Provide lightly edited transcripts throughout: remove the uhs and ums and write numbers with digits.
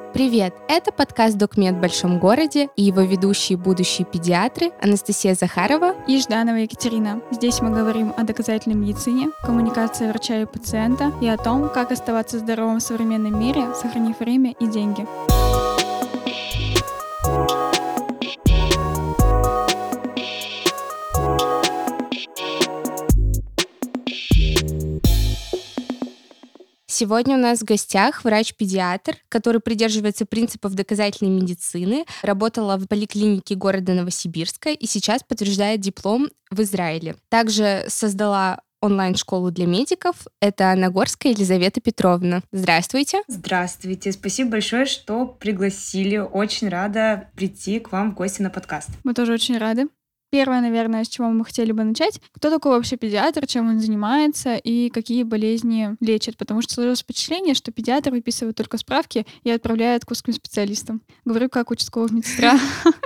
Привет! Это подкаст «Докмед в большом городе» и его ведущие будущие педиатры Анастасия Захарова и Жданова Екатерина. Здесь мы говорим о доказательной медицине, коммуникации врача и пациента и о том, как оставаться здоровым в современном мире, сохранив время и деньги. Сегодня у нас в гостях врач-педиатр, который придерживается принципов доказательной медицины, работала в поликлинике города Новосибирска и сейчас подтверждает диплом в Израиле. Также создала онлайн-школу для медиков. Это Нагорская Елизавета Петровна. Здравствуйте. Здравствуйте. Спасибо большое, что пригласили. Очень рада прийти к вам в гости на подкаст. Мы тоже очень рады. Первое, наверное, с чего мы хотели бы начать. Кто такой вообще педиатр, чем он занимается и какие болезни лечит? Потому что сложилось впечатление, что педиатр выписывает только справки и отправляет к узким специалистам. Говорю как участковая медсестра.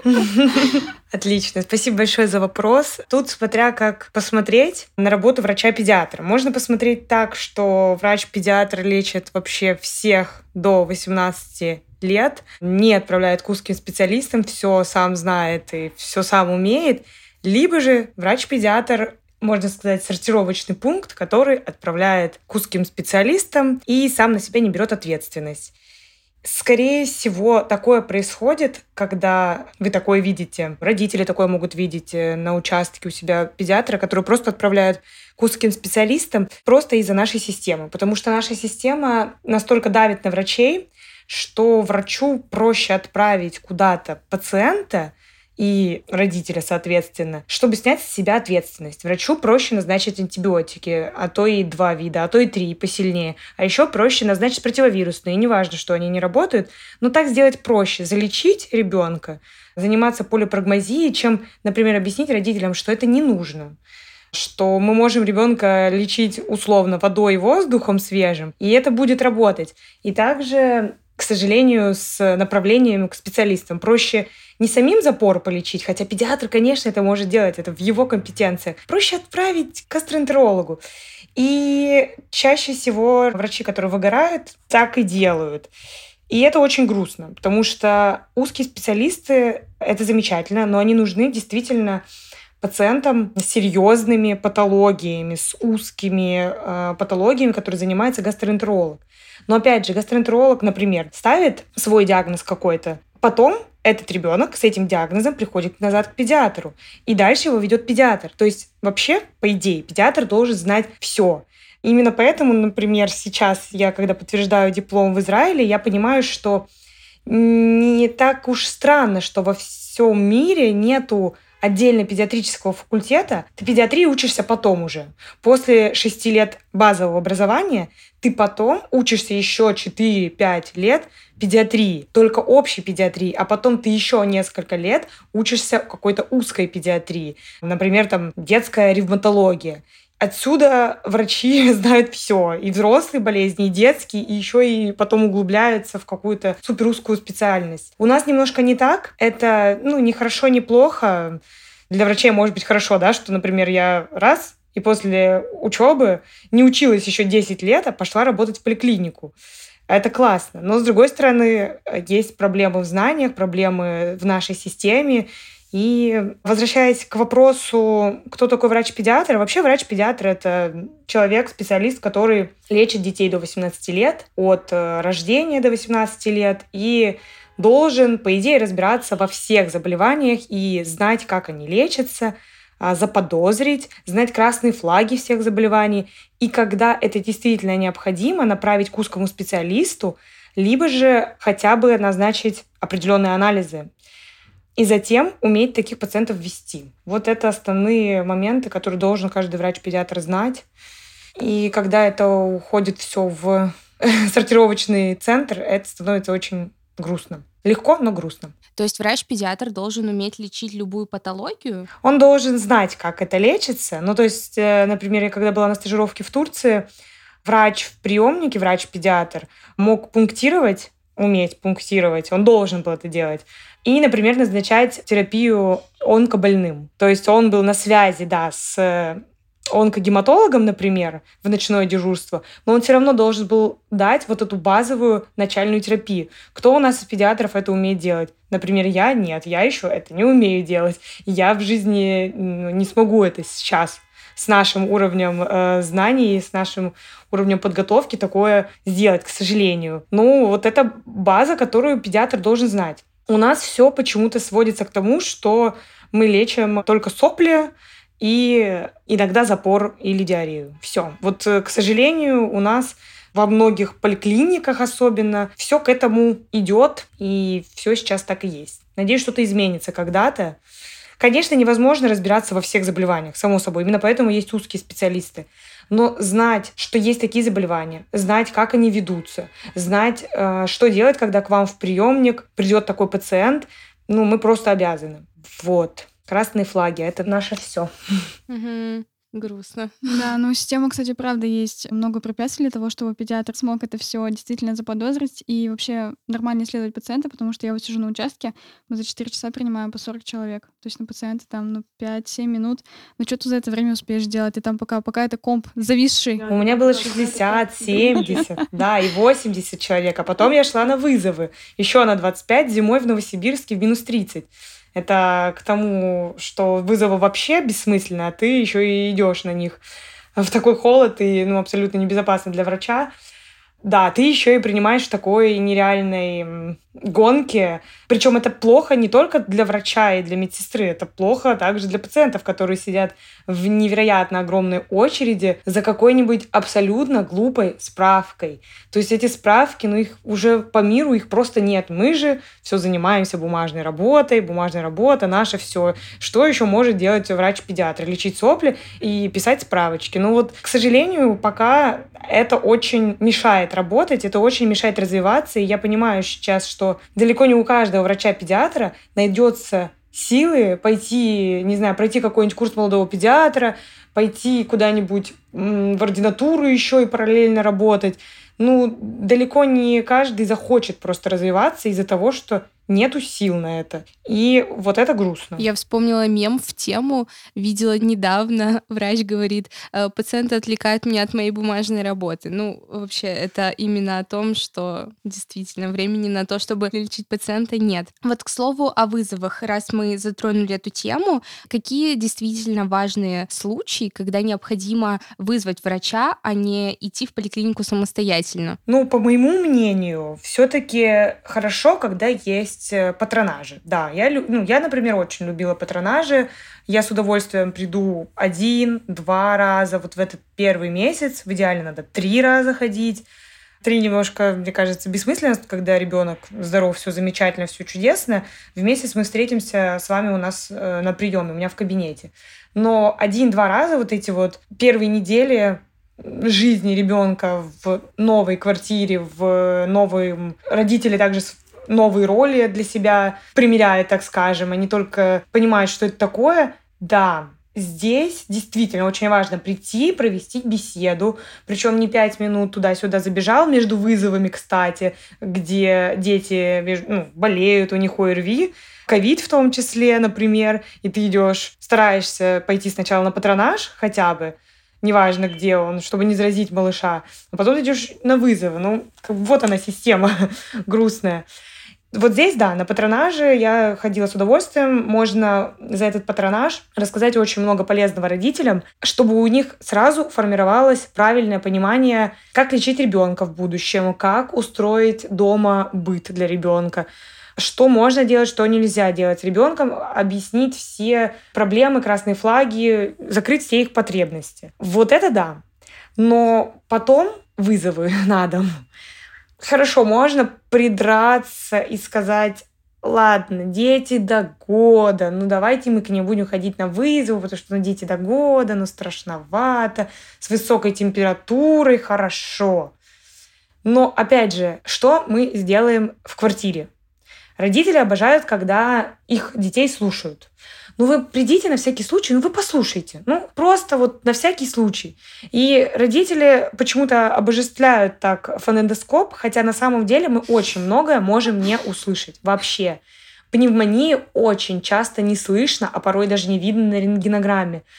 Отлично. Спасибо большое за вопрос. Тут смотря как посмотреть на работу врача-педиатра. Можно посмотреть так, что врач-педиатр лечит вообще всех до 18 лет, не отправляет к узким специалистам, все сам знает и все сам умеет. Либо же врач-педиатр, можно сказать, сортировочный пункт, который отправляет к узким специалистам и сам на себя не берет ответственность. Скорее всего, такое происходит, когда вы такое видите. Родители такое могут видеть на участке у себя педиатра, который просто отправляют к узким специалистам просто из-за нашей системы. Потому что наша система настолько давит на врачей, что врачу проще отправить куда-то пациента и родителя, соответственно, чтобы снять с себя ответственность. Врачу проще назначить антибиотики, а то и 2 вида, а то и 3, посильнее. А еще проще назначить противовирусные. Неважно, что они не работают, но так сделать проще. Залечить ребенка, заниматься полипрагмазией, чем, например, объяснить родителям, что это не нужно. Что мы можем ребенка лечить условно водой и воздухом свежим, и это будет работать. И также, к сожалению, с направлением к специалистам проще не самим запор полечить, хотя педиатр, конечно, это может делать, это в его компетенциях. Проще отправить к гастроэнтерологу. И чаще всего врачи, которые выгорают, так и делают. И это очень грустно, потому что узкие специалисты — это замечательно, но они нужны действительно пациентам с серьезными патологиями, с узкими патологиями, которые занимается гастроэнтеролог. Но опять же, гастроэнтеролог, например, ставит свой диагноз какой-то, потом этот ребенок с этим диагнозом приходит назад к педиатру, и дальше его ведет педиатр. То есть вообще, по идее, педиатр должен знать все. Именно поэтому, например, сейчас я, когда подтверждаю диплом в Израиле, я понимаю, что не так уж странно, что во всем мире нету отдельно педиатрического факультета. Ты педиатрии учишься потом уже. После 6 лет базового образования ты потом учишься еще 4-5 лет педиатрии, только общей педиатрии, а потом ты еще несколько лет учишься какой-то узкой педиатрии. Например, там детская ревматология. Отсюда врачи знают все. И взрослые болезни, и детские, и еще и потом углубляются в какую-то суперузкую специальность. У нас немножко не так. Это, не хорошо, не плохо. Для врачей может быть хорошо, да, что, например, я и после учебы не училась еще 10 лет, а пошла работать в поликлинику. Это классно. Но, с другой стороны, есть проблемы в знаниях, проблемы в нашей системе. И возвращаясь к вопросу, кто такой врач-педиатр, вообще врач-педиатр — это человек, специалист, который лечит детей до 18 лет, от рождения до 18 лет, и должен, по идее, разбираться во всех заболеваниях и знать, как они лечатся, заподозрить, знать красные флаги всех заболеваний, и когда это действительно необходимо, направить к узкому специалисту, либо же хотя бы назначить определенные анализы. И затем уметь таких пациентов вести. Вот это основные моменты, которые должен каждый врач-педиатр знать. И когда это уходит все в сортировочный центр, это становится очень грустно. Легко, но грустно. То есть врач-педиатр должен уметь лечить любую патологию? Он должен знать, как это лечится. То есть, например, я когда была на стажировке в Турции, врач в приемнике, врач-педиатр мог уметь пунктировать, он должен был это делать. И, например, назначать терапию онкобольным. То есть он был на связи, с онкогематологом, например, в ночное дежурство, но он все равно должен был дать вот эту базовую начальную терапию. Кто у нас из педиатров это умеет делать? Например, я нет, я еще это не умею делать. Я в жизни не смогу это сейчас с нашим уровнем знаний, с нашим уровнем подготовки такое сделать, к сожалению. Ну, вот это база, которую педиатр должен знать. У нас все почему-то сводится к тому, что мы лечим только сопли и иногда запор или диарею. Все. Вот, к сожалению, у нас во многих поликлиниках особенно все к этому идет, и все сейчас так и есть. Надеюсь, что-то изменится когда-то. Конечно, невозможно разбираться во всех заболеваниях, само собой. Именно поэтому есть узкие специалисты. Но знать, что есть такие заболевания, знать, как они ведутся, знать, что делать, когда к вам в приемник придет такой пациент, мы просто обязаны. Вот. Красные флаги — это наше все. Грустно. Да, система, кстати, правда, есть много препятствий для того, чтобы педиатр смог это все действительно заподозрить и вообще нормально исследовать пациента, потому что я вот сижу на участке, мы за 4 часа принимаем по 40 человек. То есть на пациента там 5-7 минут. Что ты за это время успеешь делать? И там пока это комп зависший. У меня было 60, 70, да, и 80 человек. А потом я шла на вызовы. Еще на 25 зимой в Новосибирске в минус 30. Это к тому, что вызовы вообще бессмысленны, а ты еще и идешь на них в такой холод и абсолютно небезопасно для врача. Да, ты еще и принимаешь в такой нереальной гонке. Причем это плохо не только для врача и для медсестры, это плохо также для пациентов, которые сидят в невероятно огромной очереди за какой-нибудь абсолютно глупой справкой. То есть эти справки, их уже по миру их просто нет. Мы же все занимаемся бумажной работой, бумажная работа, наше все. Что еще может делать врач-педиатр? Лечить сопли и писать справочки. К сожалению, пока это очень мешает работать, это очень мешает развиваться, и я понимаю сейчас, что далеко не у каждого врача-педиатра найдется силы пойти, не знаю, пройти какой-нибудь курс молодого педиатра, пойти куда-нибудь в ординатуру еще и параллельно работать. Далеко не каждый захочет просто развиваться из-за того, что нету сил на это. И вот это грустно. Я вспомнила мем в тему, видела недавно, врач говорит, пациенты отвлекают меня от моей бумажной работы. Вообще, это именно о том, что действительно времени на то, чтобы лечить пациента, нет. Вот, к слову, о вызовах. Раз мы затронули эту тему, какие действительно важные случаи, когда необходимо вызвать врача, а не идти в поликлинику самостоятельно? По моему мнению, все-таки хорошо, когда есть патронажи. Да, я, например, очень любила патронажи. Я с удовольствием приду 1-2 раза. Вот в этот первый месяц в идеале надо 3 раза ходить. 3 немножко, мне кажется, бессмысленно, когда ребенок здоров, все замечательно, все чудесно. В месяц мы встретимся с вами у нас на приеме, у меня в кабинете. Но 1-2 раза вот эти вот первые недели жизни ребенка в новой квартире, в новой... Родители также новые роли для себя примеряют, так скажем, они только понимают, что это такое. Да, здесь действительно очень важно прийти, провести беседу, причем не 5 минут туда-сюда забежал между вызовами, кстати, где дети болеют, у них ОРВИ, ковид в том числе, например, и ты идешь, стараешься пойти сначала на патронаж хотя бы, неважно где он, чтобы не заразить малыша, а потом ты идешь на вызовы. Вот она система грустная. Вот здесь, да, на патронаже я ходила с удовольствием. Можно за этот патронаж рассказать очень много полезного родителям, чтобы у них сразу формировалось правильное понимание, как лечить ребенка в будущем, как устроить дома быт для ребенка, что можно делать, что нельзя делать с ребенком, объяснить все проблемы, красные флаги, закрыть все их потребности. Вот это да. Но потом вызовы на дом. Хорошо, можно придраться и сказать: ладно, дети до года, давайте мы к ним будем ходить на вызовы, потому что дети до года, страшновато, с высокой температурой, хорошо. Но, опять же, что мы сделаем в квартире? Родители обожают, когда их детей слушают. Вы придите на всякий случай, вы послушайте. Просто вот на всякий случай. И родители почему-то обожествляют так фонендоскоп, хотя на самом деле мы очень многое можем не услышать вообще. Пневмонии очень часто не слышно, а порой даже не видно на рентгенограмме.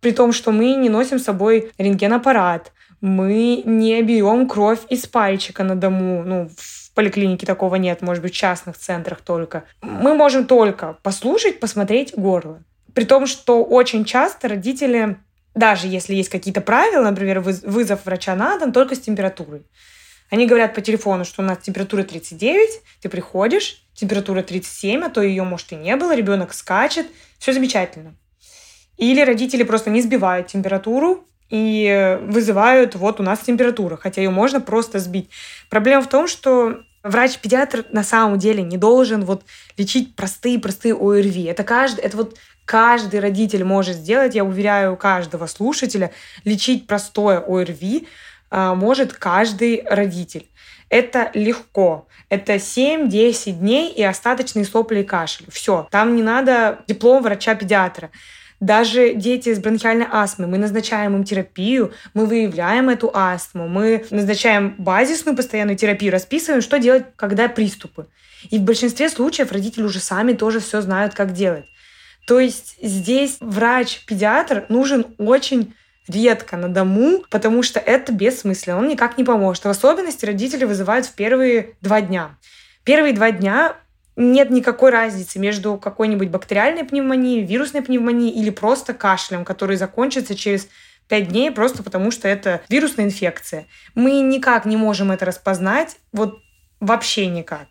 При том, что мы не носим с собой рентгенаппарат, мы не берем кровь из пальчика на дому. Ну, в поликлинике такого нет, может быть, в частных центрах только. Мы можем только послушать, посмотреть горло. При том, что очень часто родители, даже если есть какие-то правила, например, вызов врача на дом, только с температурой. Они говорят по телефону, что у нас температура 39, ты приходишь, температура 37, а то ее, может, и не было, ребенок скачет, все замечательно. Или родители просто не сбивают температуру и вызывают, вот у нас температура, хотя ее можно просто сбить. Проблема в том, что врач-педиатр на самом деле не должен вот лечить простые ОРВИ. Это каждый родитель может сделать, я уверяю каждого слушателя, лечить простое ОРВИ может каждый родитель. Это легко. Это 7-10 дней и остаточные сопли и кашель. Все. Там не надо диплом врача-педиатра. Даже дети с бронхиальной астмой, мы назначаем им терапию, мы выявляем эту астму, мы назначаем базисную постоянную терапию, расписываем, что делать, когда приступы. И в большинстве случаев родители уже сами тоже все знают, как делать. То есть здесь врач-педиатр нужен очень редко на дому, потому что это бессмысленно, он никак не поможет. В особенности родители вызывают в первые 2 дня. Первые 2 дня нет никакой разницы между какой-нибудь бактериальной пневмонией, вирусной пневмонией или просто кашлем, который закончится через 5 дней просто потому, что это вирусная инфекция. Мы никак не можем это распознать, вот вообще никак.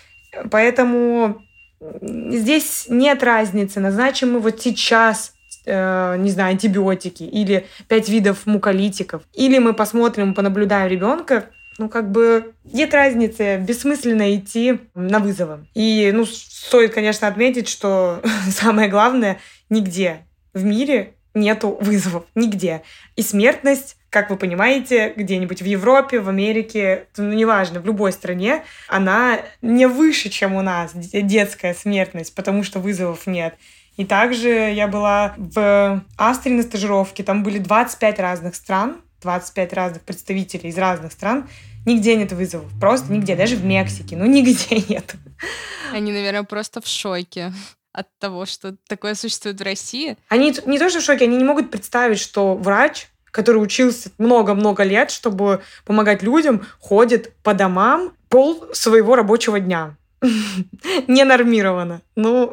Поэтому здесь нет разницы, назначим мы вот сейчас не знаю, антибиотики или 5 видов муколитиков, или мы посмотрим, понаблюдаем ребенка, нет разницы, бессмысленно идти на вызовы. И, стоит, конечно, отметить, что самое главное, нигде в мире нету вызовов, нигде. И смертность, как вы понимаете, где-нибудь в Европе, в Америке, неважно, в любой стране, она не выше, чем у нас, детская смертность, потому что вызовов нет. И также я была в Австрии на стажировке, там были 25 разных стран, 25 разных представителей из разных стран. Нигде нет вызовов, просто нигде, даже в Мексике, нигде нет. Они, наверное, просто в шоке от того, что такое существует в России. Они не то что в шоке, они не могут представить, что врач, который учился много-много лет, чтобы помогать людям, ходит по домам пол своего рабочего дня. Ненормированно.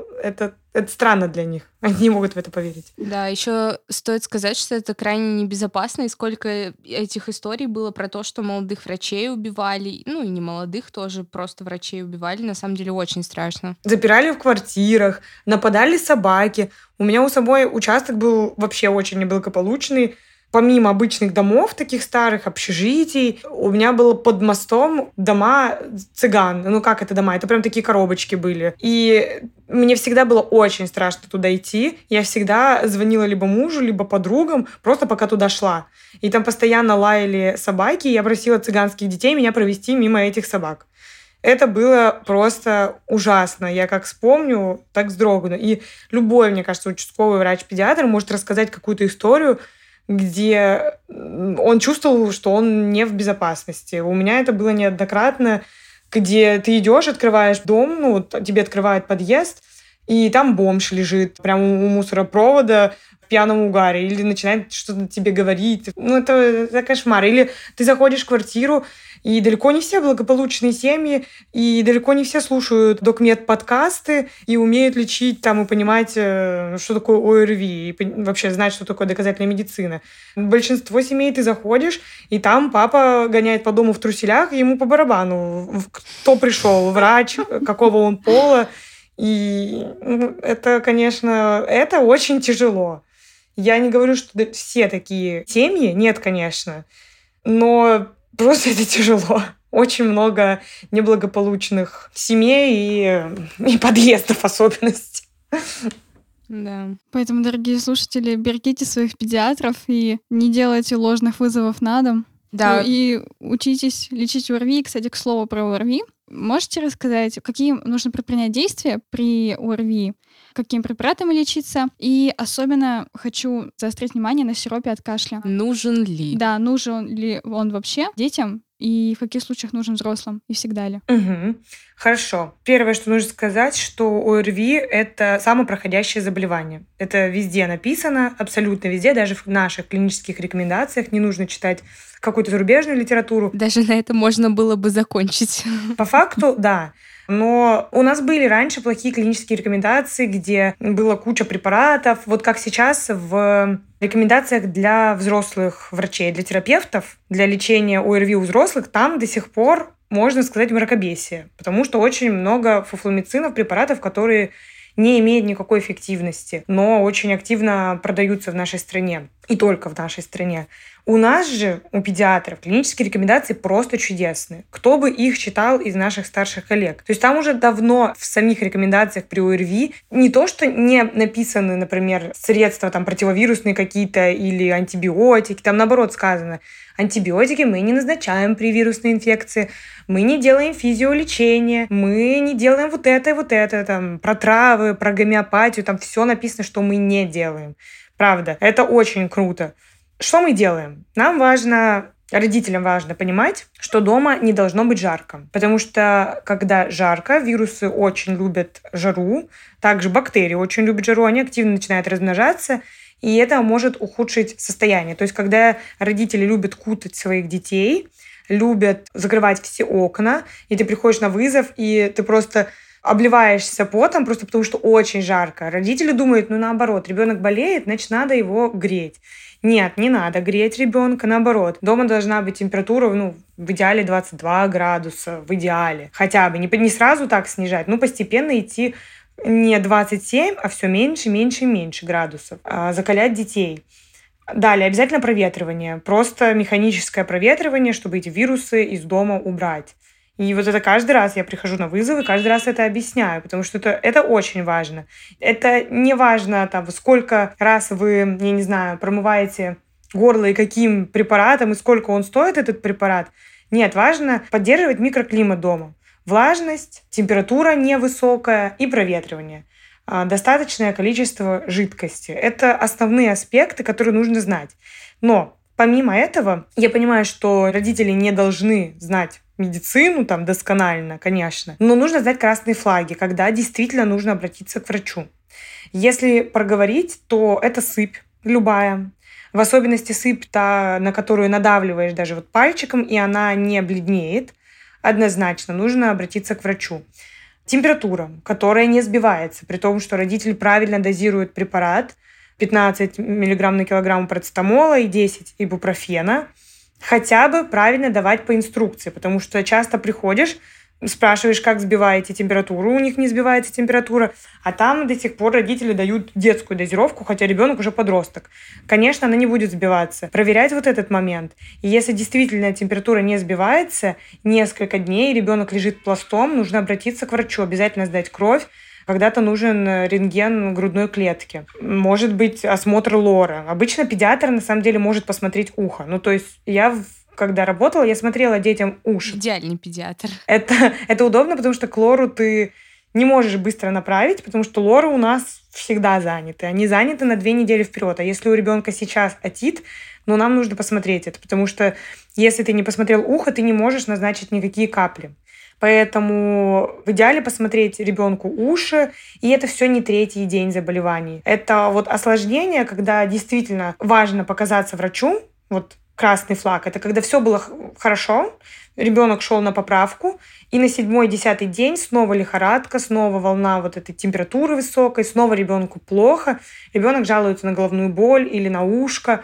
Это странно для них. Они не могут в это поверить. Да, еще стоит сказать, что это крайне небезопасно, и сколько этих историй было про то, что молодых врачей убивали, и не молодых тоже, просто врачей убивали. На самом деле очень страшно. Запирали в квартирах, нападали собаки. У меня у самой участок был вообще очень неблагополучный. Помимо обычных домов, таких старых, общежитий, у меня было под мостом дома цыган. Как это дома? Это прям такие коробочки были. И мне всегда было очень страшно туда идти. Я всегда звонила либо мужу, либо подругам, просто пока туда шла. И там постоянно лаяли собаки, и я просила цыганских детей меня провести мимо этих собак. Это было просто ужасно. Я как вспомню, так вздрогну. И любой, мне кажется, участковый врач-педиатр может рассказать какую-то историю, где он чувствовал, что он не в безопасности. У меня это было неоднократно, где ты идешь, открываешь дом, тебе открывают подъезд, и там бомж лежит прямо у мусоропровода в пьяном угаре, или начинает что-то тебе говорить. Это кошмар. Или ты заходишь в квартиру, и далеко не все благополучные семьи, и далеко не все слушают докмед-подкасты и умеют лечить и понимать, что такое ОРВИ, и вообще знать, что такое доказательная медицина. В большинство семей ты заходишь, и там папа гоняет по дому в труселях, и ему по барабану, кто пришел, врач, какого он пола. И это, конечно, это очень тяжело. Я не говорю, что все такие семьи, нет, конечно, но просто это тяжело. Очень много неблагополучных семей и подъездов в особенности. Да. Поэтому, дорогие слушатели, берегите своих педиатров и не делайте ложных вызовов на дом. Да. И учитесь лечить ОРВИ. Кстати, к слову про ОРВИ. Можете рассказать, какие нужно предпринять действия при ОРВИ, каким препаратом лечиться? И особенно хочу заострить внимание на сиропе от кашля. Нужен ли? Да, нужен ли он вообще детям и в каких случаях нужен взрослым, и всегда ли. Мгм. Хорошо. Первое, что нужно сказать, что ОРВИ– это самое проходящее заболевание. Это везде написано, абсолютно везде, даже в наших клинических рекомендациях. Не нужно читать какую-то зарубежную литературу. Даже на это можно было бы закончить. По факту, да. Но у нас были раньше плохие клинические рекомендации, где была куча препаратов. Вот как сейчас в рекомендациях для взрослых врачей, для терапевтов, для лечения ОРВИ у взрослых, там до сих пор, можно сказать, мракобесие. Потому что очень много фуфломицинов, препаратов, которые не имеют никакой эффективности, но очень активно продаются в нашей стране. И только в нашей стране. У нас же, у педиатров, клинические рекомендации просто чудесные. Кто бы их читал из наших старших коллег? То есть там уже давно в самих рекомендациях при ОРВИ не то, что не написаны, например, средства там, противовирусные какие-то или антибиотики. Там наоборот сказано, антибиотики мы не назначаем при вирусной инфекции, мы не делаем физиолечение, мы не делаем вот это и вот это, там, про травы, про гомеопатию, там все написано, что мы не делаем. Правда, это очень круто. Что мы делаем? Нам важно, родителям важно понимать, что дома не должно быть жарко. Потому что, когда жарко, вирусы очень любят жару, также бактерии очень любят жару, они активно начинают размножаться, и это может ухудшить состояние. То есть, когда родители любят кутать своих детей, любят закрывать все окна, и ты приходишь на вызов, и ты просто обливаешься потом, просто потому что очень жарко. Родители думают, наоборот, ребенок болеет, значит, надо его греть. Нет, не надо греть ребенка, наоборот. Дома должна быть температура, в идеале 22 градуса, в идеале. Хотя бы, не сразу так снижать, постепенно идти не 27, а все меньше, меньше и меньше градусов. Закалять детей. Далее, обязательно проветривание. Просто механическое проветривание, чтобы эти вирусы из дома убрать. И вот это каждый раз я прихожу на вызовы, каждый раз это объясняю, потому что это очень важно. Это не важно, сколько раз вы, я не знаю, промываете горло и каким препаратом, и сколько он стоит, этот препарат. Нет, важно поддерживать микроклимат дома. Влажность, температура невысокая и проветривание. Достаточное количество жидкости. Это основные аспекты, которые нужно знать. Но помимо этого, я понимаю, что родители не должны знать медицину досконально, конечно, но нужно знать красные флаги, когда действительно нужно обратиться к врачу. Если проговорить, то это сыпь любая, в особенности сыпь, на которую надавливаешь даже пальчиком, и она не бледнеет, однозначно нужно обратиться к врачу. Температура, которая не сбивается, при том, что родитель правильно дозирует препарат, 15 мг на килограмм парацетамола и 10 ибупрофена, хотя бы правильно давать по инструкции, потому что часто приходишь, спрашиваешь, как сбиваете температуру, у них не сбивается температура, а там до сих пор родители дают детскую дозировку, хотя ребенок уже подросток. Конечно, она не будет сбиваться. Проверять этот момент. И если действительно температура не сбивается, несколько дней ребенок лежит пластом, нужно обратиться к врачу, обязательно сдать кровь. Когда-то нужен рентген грудной клетки. Может быть, осмотр лора. Обычно педиатр, на самом деле, может посмотреть ухо. То есть я, когда работала, я смотрела детям уши. Идеальный педиатр. Это удобно, потому что к лору ты не можешь быстро направить, потому что лоры у нас всегда заняты. Они заняты на 2 недели вперед. А если у ребенка сейчас отит, нам нужно посмотреть это, потому что если ты не посмотрел ухо, ты не можешь назначить никакие капли. Поэтому в идеале посмотреть ребенку уши, и это все не 3-й день заболеваний. Это осложнение, когда действительно важно показаться врачу, красный флаг, это когда все было хорошо, ребенок шел на поправку, и на 7-й, 10-й день снова лихорадка, снова волна этой температуры высокой, снова ребенку плохо, ребенок жалуется на головную боль или на ушко,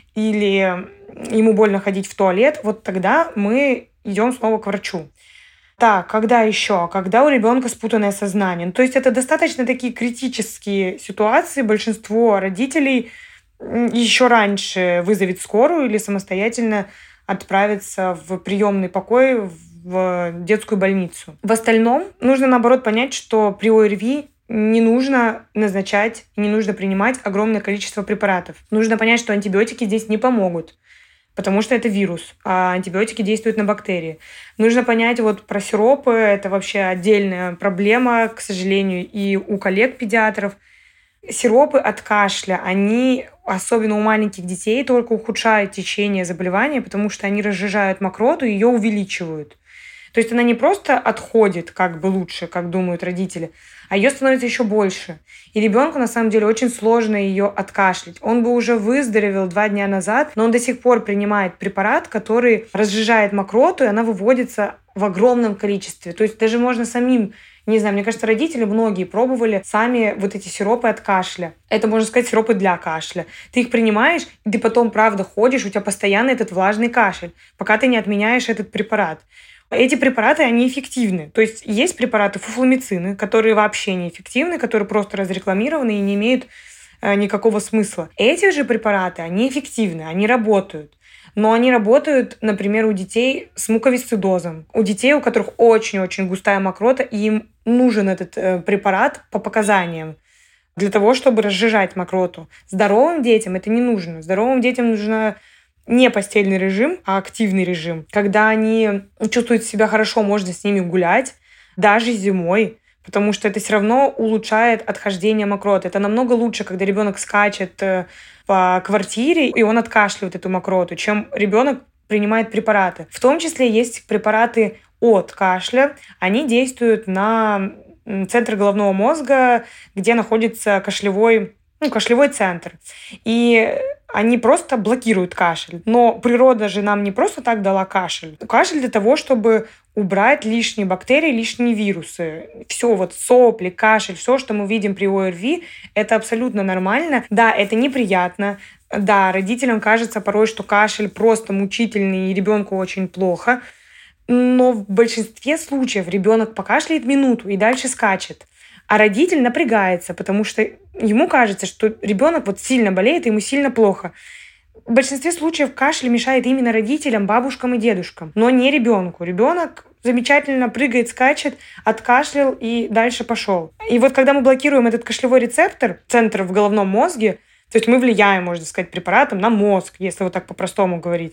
или ему больно ходить в туалет, тогда мы идем снова к врачу. Так, когда еще? Когда у ребенка спутанное сознание. То есть это достаточно такие критические ситуации. Большинство родителей еще раньше вызовет скорую или самостоятельно отправится в приемный покой в детскую больницу. В остальном нужно, наоборот, понять, что при ОРВИ не нужно назначать, не нужно принимать огромное количество препаратов. Нужно понять, что антибиотики здесь не помогут, потому что это вирус, а антибиотики действуют на бактерии. Нужно понять про сиропы, это вообще отдельная проблема, к сожалению, и у коллег-педиатров. Сиропы от кашля, они, особенно у маленьких детей, только ухудшают течение заболевания, потому что они разжижают мокроту и ее увеличивают. То есть она не просто отходит как бы лучше, как думают родители, а ее становится еще больше. И ребенку на самом деле очень сложно ее откашлять. Он бы уже выздоровел 2 дня назад, но он до сих пор принимает препарат, который разжижает мокроту, и она выводится в огромном количестве. То есть даже можно самим, не знаю, мне кажется, родители многие пробовали сами вот эти сиропы от кашля. Это, можно сказать, сиропы для кашля. Ты их принимаешь, и ты потом, правда, ходишь, у тебя постоянно этот влажный кашель, пока ты не отменяешь этот препарат. Эти препараты, они эффективны. То есть есть препараты фуфломицины, которые вообще неэффективны, которые просто разрекламированы и не имеют никакого смысла. Эти же препараты, они эффективны, они работают. Но они работают, например, у детей с муковисцидозом, у детей, у которых очень-очень густая мокрота, и им нужен этот препарат по показаниям для того, чтобы разжижать мокроту. Здоровым детям это не нужно. Здоровым детям нужно не постельный режим, а активный режим. Когда они чувствуют себя хорошо, можно с ними гулять, даже зимой, потому что это все равно улучшает отхождение мокроты. Это намного лучше, когда ребенок скачет по квартире, и он откашливает эту мокроту, чем ребенок принимает препараты. В том числе есть препараты от кашля. Они действуют на центр головного мозга, где находится кашлевой центр. И они просто блокируют кашель. Но природа же нам не просто так дала кашель. Кашель для того, чтобы убрать лишние бактерии, лишние вирусы. Все вот сопли, кашель, все, что мы видим при ОРВИ, это абсолютно нормально. Да, это неприятно. Да, родителям кажется порой, что кашель просто мучительный и ребенку очень плохо. Но в большинстве случаев ребенок покашляет минуту и дальше скачет. А родитель напрягается, потому что ему кажется, что ребенок вот сильно болеет, и ему сильно плохо. В большинстве случаев кашель мешает именно родителям, бабушкам и дедушкам, но не ребенку. Ребенок замечательно прыгает, скачет, откашлял и дальше пошел. И вот когда мы блокируем этот кашлевой рецептор, центр в головном мозге, то есть мы влияем, можно сказать, препаратом на мозг, если вот так по-простому говорить,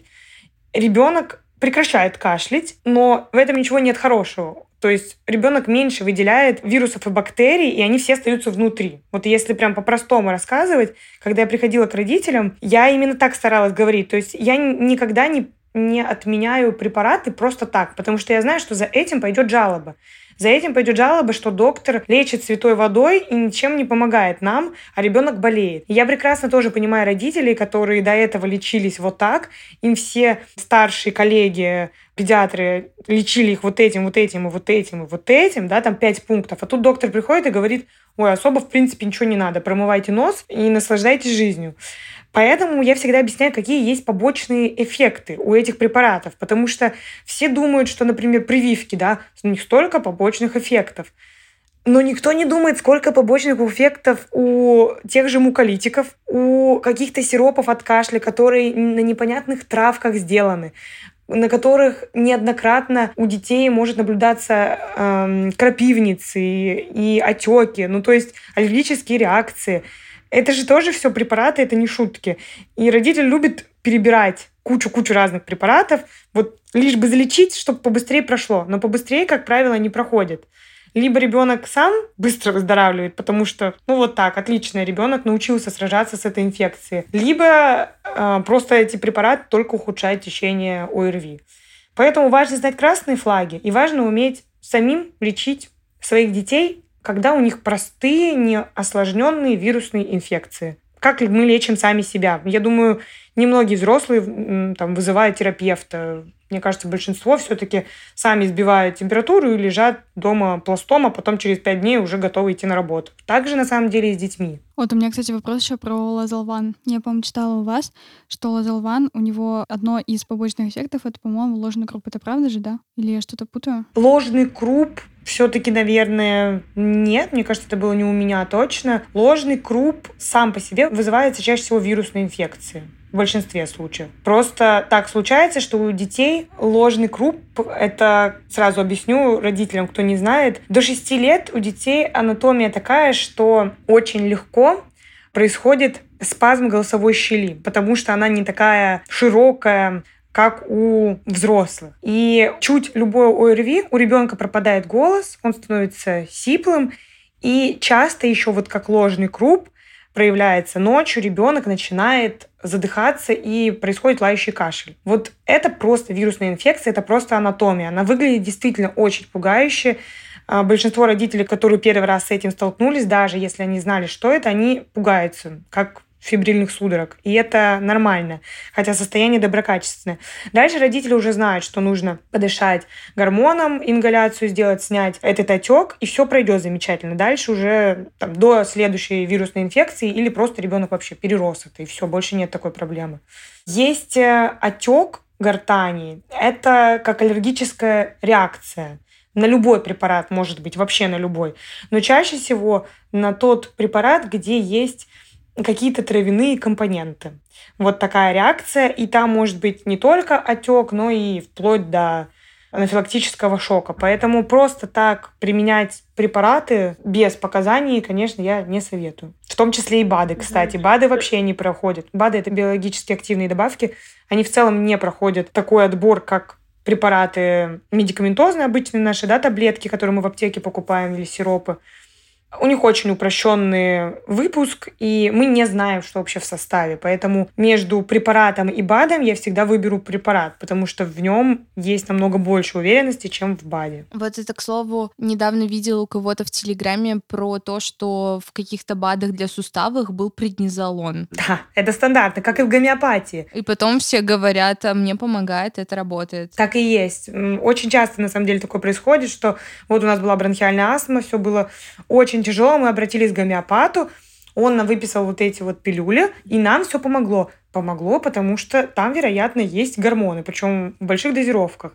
ребенок прекращает кашлять, но в этом ничего нет хорошего. То есть ребенок меньше выделяет вирусов и бактерий, и они все остаются внутри. Вот если прям по-простому рассказывать, когда я приходила к родителям, я именно так старалась говорить. То есть я никогда не отменяю препараты просто так, потому что я знаю, что за этим пойдет жалоба. За этим пойдет жалоба, что доктор лечит святой водой и ничем не помогает нам, а ребенок болеет. И я прекрасно тоже понимаю родителей, которые до этого лечились вот так. Им все старшие коллеги, педиатры лечили их вот этим, вот этим, и вот этим, и вот этим, да, там 5 пунктов. А тут доктор приходит и говорит: ой, особо, в принципе, ничего не надо. Промывайте нос и наслаждайтесь жизнью. Поэтому я всегда объясняю, какие есть побочные эффекты у этих препаратов. Потому что все думают, что, например, прививки, да, у них столько побочных эффектов. Но никто не думает, сколько побочных эффектов у тех же муколитиков, у каких-то сиропов от кашля, которые на непонятных травках сделаны, на которых неоднократно у детей может наблюдаться крапивницы и отеки, ну то есть аллергические реакции. Это же тоже все препараты, это не шутки. И родитель любит перебирать кучу разных препаратов, вот лишь бы залечить, чтобы побыстрее прошло. Но побыстрее, как правило, не проходит. Либо ребенок сам быстро выздоравливает, потому что, ну вот так, отлично, ребенок научился сражаться с этой инфекцией. Либо просто эти препараты только ухудшают течение ОРВИ. Поэтому важно знать красные флаги и важно уметь самим лечить своих детей, когда у них простые, не осложненные вирусные инфекции. Как мы лечим сами себя? Я думаю, немногие взрослые там вызывают терапевта. Мне кажется, большинство все-таки сами сбивают температуру и лежат дома пластом, а потом через 5 дней уже готовы идти на работу. Так же на самом деле и с детьми. Вот у меня, кстати, вопрос еще про лазолван. Я, по-моему, читала у вас, что лазолван, у него одно из побочных эффектов, это, по-моему, ложный круп. Это правда же, да? Или я что-то путаю? Ложный круп все-таки, наверное, нет. Мне кажется, это было не у меня точно. Ложный круп сам по себе вызывается чаще всего вирусной инфекцией. В большинстве случаев. Просто так случается, что у детей ложный круп, это, сразу объясню родителям, кто не знает, до 6 лет у детей анатомия такая, что очень легко происходит спазм голосовой щели, потому что она не такая широкая, как у взрослых. И чуть любое ОРВИ, у ребенка пропадает голос, он становится сиплым, и часто еще вот как ложный круп проявляется ночью, ребенок начинает задыхаться и происходит лающий кашель. Вот это просто вирусная инфекция, это просто анатомия. Она выглядит действительно очень пугающе. Большинство родителей, которые первый раз с этим столкнулись, даже если они знали, что это, они пугаются, как фибрильных судорог. И это нормально, хотя состояние доброкачественное. Дальше родители уже знают, что нужно подышать гормоном, ингаляцию сделать, снять этот отек, и все пройдет замечательно. Дальше уже до следующей вирусной инфекции или просто ребенок вообще перерос это, и все, больше нет такой проблемы. Есть отек гортани. Это как аллергическая реакция. На любой препарат, может быть, вообще на любой. Но чаще всего на тот препарат, где есть какие-то травяные компоненты. Вот такая реакция. И там может быть не только отек, но и вплоть до анафилактического шока. Поэтому просто так применять препараты без показаний, конечно, я не советую. В том числе и БАДы, кстати. БАДы вообще не проходят. БАДы — это биологически активные добавки. Они в целом не проходят такой отбор, как препараты медикаментозные, обычные наши, да, таблетки, которые мы в аптеке покупаем, или сиропы. У них очень упрощенный выпуск, и мы не знаем, что вообще в составе. Поэтому между препаратом и БАДом я всегда выберу препарат, потому что в нем есть намного больше уверенности, чем в БАДе. Вот это, к слову, недавно видела у кого-то в Телеграме про то, что в каких-то БАДах для суставов был преднизолон. Да, это стандартно, как и в гомеопатии. И потом все говорят, а мне помогает, это работает. Так и есть. Очень часто, на самом деле, такое происходит, что вот у нас была бронхиальная астма, все было очень тяжело, мы обратились к гомеопату, он нам выписал вот эти вот пилюли, и нам все помогло. Помогло, потому что там, вероятно, есть гормоны, причем в больших дозировках.